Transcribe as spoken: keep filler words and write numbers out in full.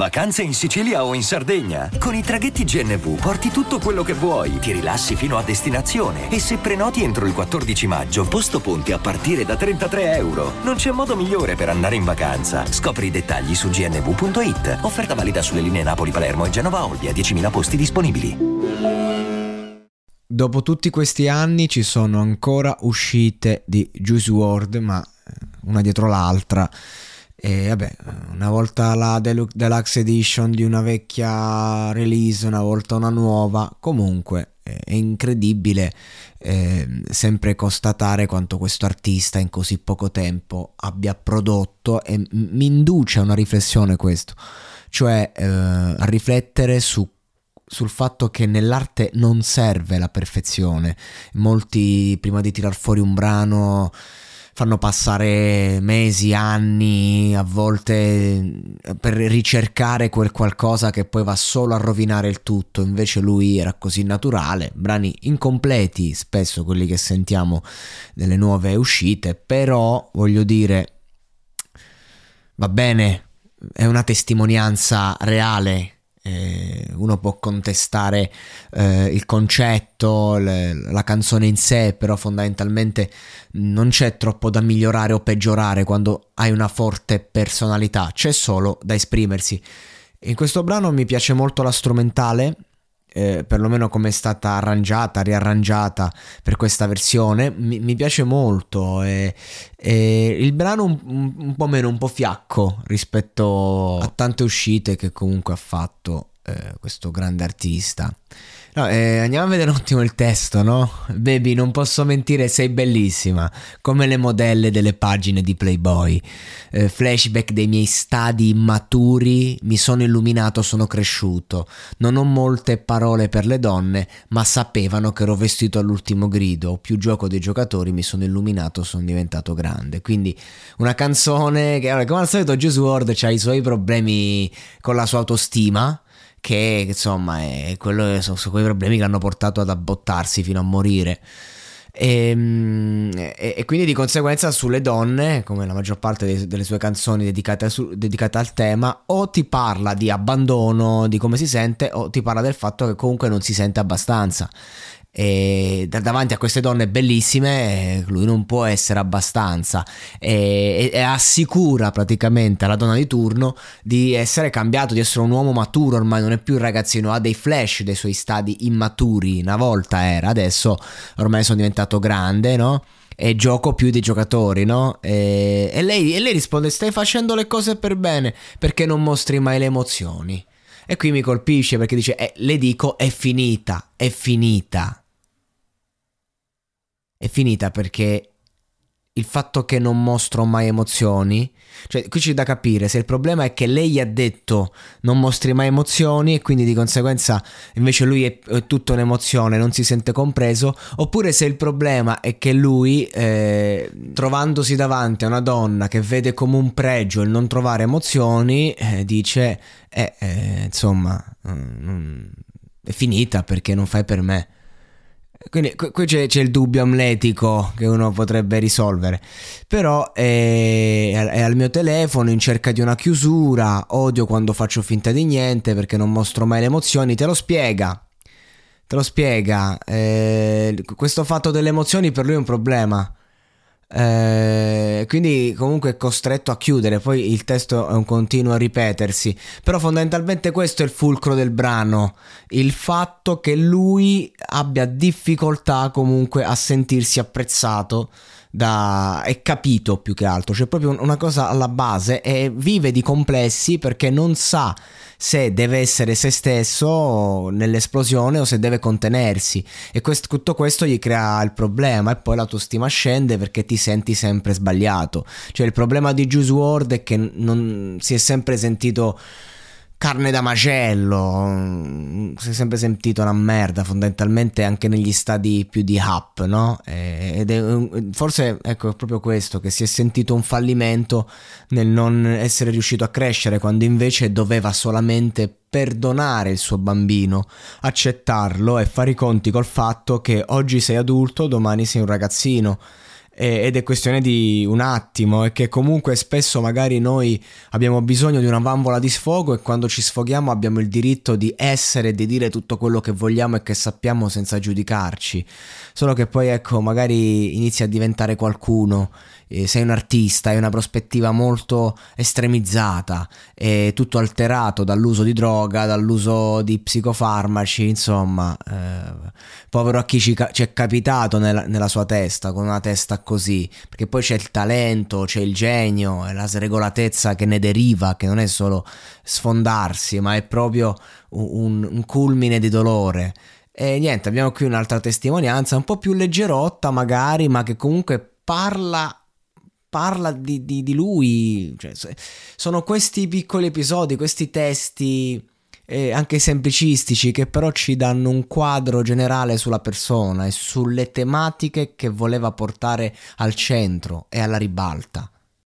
Vacanze in Sicilia o in Sardegna? Con i traghetti G N V porti tutto quello che vuoi, ti rilassi fino a destinazione e se prenoti entro il quattordici maggio, posto ponti a partire da trentatré euro. Non c'è modo migliore per andare in vacanza. Scopri i dettagli su g n v punto i t. Offerta valida sulle linee Napoli-Palermo e Genova-Olbia, diecimila posti disponibili. Dopo tutti questi anni ci sono ancora uscite di Juice world, ma una dietro l'altra. E vabbè, una volta la Delu- Deluxe Edition di una vecchia release, una volta una nuova. Comunque è incredibile eh, sempre constatare quanto questo artista in così poco tempo abbia prodotto, e m- mi induce a una riflessione questo, cioè eh, a riflettere su sul fatto che nell'arte non serve la perfezione. Molti prima di tirar fuori un brano fanno passare mesi, anni, a volte per ricercare quel qualcosa che poi va solo a rovinare il tutto. Invece lui era così naturale, brani incompleti spesso quelli che sentiamo nelle nuove uscite, però voglio dire, va bene, è una testimonianza reale. Eh, uno può contestare eh, il concetto, le, la canzone in sé, però fondamentalmente non c'è troppo da migliorare o peggiorare quando hai una forte personalità, c'è solo da esprimersi. In questo brano mi piace molto la strumentale, eh, perlomeno come è stata arrangiata, riarrangiata per questa versione, mi, mi piace molto. E, e il brano un, un po' meno, un po' fiacco rispetto a tante uscite che comunque ha fatto eh, questo grande artista. No, eh, andiamo a vedere un attimo il testo, no? Baby, non posso mentire, sei bellissima, come le modelle delle pagine di Playboy. Eh, flashback dei miei stadi immaturi, mi sono illuminato, sono cresciuto. Non ho molte parole per le donne, ma sapevano che ero vestito all'ultimo grido. Ho più gioco dei giocatori, mi sono illuminato, sono diventato grande. Quindi una canzone che, come al solito, Juice world c'ha i suoi problemi con la sua autostima, che insomma è quello, sono quei problemi che hanno portato ad abbottarsi fino a morire, e, e, e quindi di conseguenza sulle donne, come la maggior parte dei, delle sue canzoni dedicate, su, dedicate al tema, o ti parla di abbandono, di come si sente, o ti parla del fatto che comunque non si sente abbastanza. E davanti a queste donne bellissime lui non può essere abbastanza, e, e assicura praticamente alla donna di turno di essere cambiato, di essere un uomo maturo, ormai non è più il ragazzino, ha dei flash dei suoi stadi immaturi, una volta era, adesso ormai sono diventato grande, no? E gioco più dei giocatori, no? E, e, lei, e lei risponde: stai facendo le cose per bene, perché non mostri mai le emozioni? E qui mi colpisce perché dice, eh, le dico, è finita, è finita. È finita perché il fatto che non mostro mai emozioni, cioè qui c'è da capire se il problema è che lei gli ha detto non mostri mai emozioni e quindi di conseguenza invece lui è, è tutta un'emozione, non si sente compreso, oppure se il problema è che lui eh, trovandosi davanti a una donna che vede come un pregio il non trovare emozioni, eh, dice eh, eh, insomma mm, è finita perché non fai per me. Quindi qui c'è, c'è il dubbio amletico che uno potrebbe risolvere, però è, è al mio telefono in cerca di una chiusura, odio quando faccio finta di niente perché non mostro mai le emozioni. Te lo spiega, te lo spiega, eh, questo fatto delle emozioni per lui è un problema, eh, quindi comunque è costretto a chiudere. Poi il testo è un continuo a ripetersi, però fondamentalmente questo è il fulcro del brano, il fatto che lui abbia difficoltà comunque a sentirsi apprezzato da è capito, più che altro c'è proprio una cosa alla base, e vive di complessi perché non sa se deve essere se stesso nell'esplosione o se deve contenersi, e questo, tutto questo gli crea il problema, e poi l'autostima scende perché ti senti sempre sbagliato. Cioè il problema di Juice world è che non si è sempre sentito carne da macello, si è sempre sentito una merda fondamentalmente anche negli stadi più di up, no? Ed è forse ecco è proprio questo, che si è sentito un fallimento nel non essere riuscito a crescere, quando invece doveva solamente perdonare il suo bambino, accettarlo e fare i conti col fatto che oggi sei adulto, domani sei un ragazzino. ed è questione di un attimo, e che comunque spesso magari noi abbiamo bisogno di una valvola di sfogo, e quando ci sfoghiamo abbiamo il diritto di essere e di dire tutto quello che vogliamo e che sappiamo senza giudicarci. Solo che poi ecco, magari inizi a diventare qualcuno, eh, sei un artista, hai una prospettiva molto estremizzata, è tutto alterato dall'uso di droga, dall'uso di psicofarmaci, insomma, eh, povero a chi ci, ca- ci è capitato nella, nella sua testa, con una testa così, perché poi c'è il talento, c'è il genio e la sregolatezza che ne deriva, che non è solo sfondarsi, ma è proprio un, un culmine di dolore. E niente, abbiamo qui un'altra testimonianza, un po' più leggerotta magari, ma che comunque parla parla di, di, di lui. Cioè, sono questi piccoli episodi, questi testi eh, anche semplicistici, che però ci danno un quadro generale sulla persona e sulle tematiche che voleva portare al centro e alla ribalta.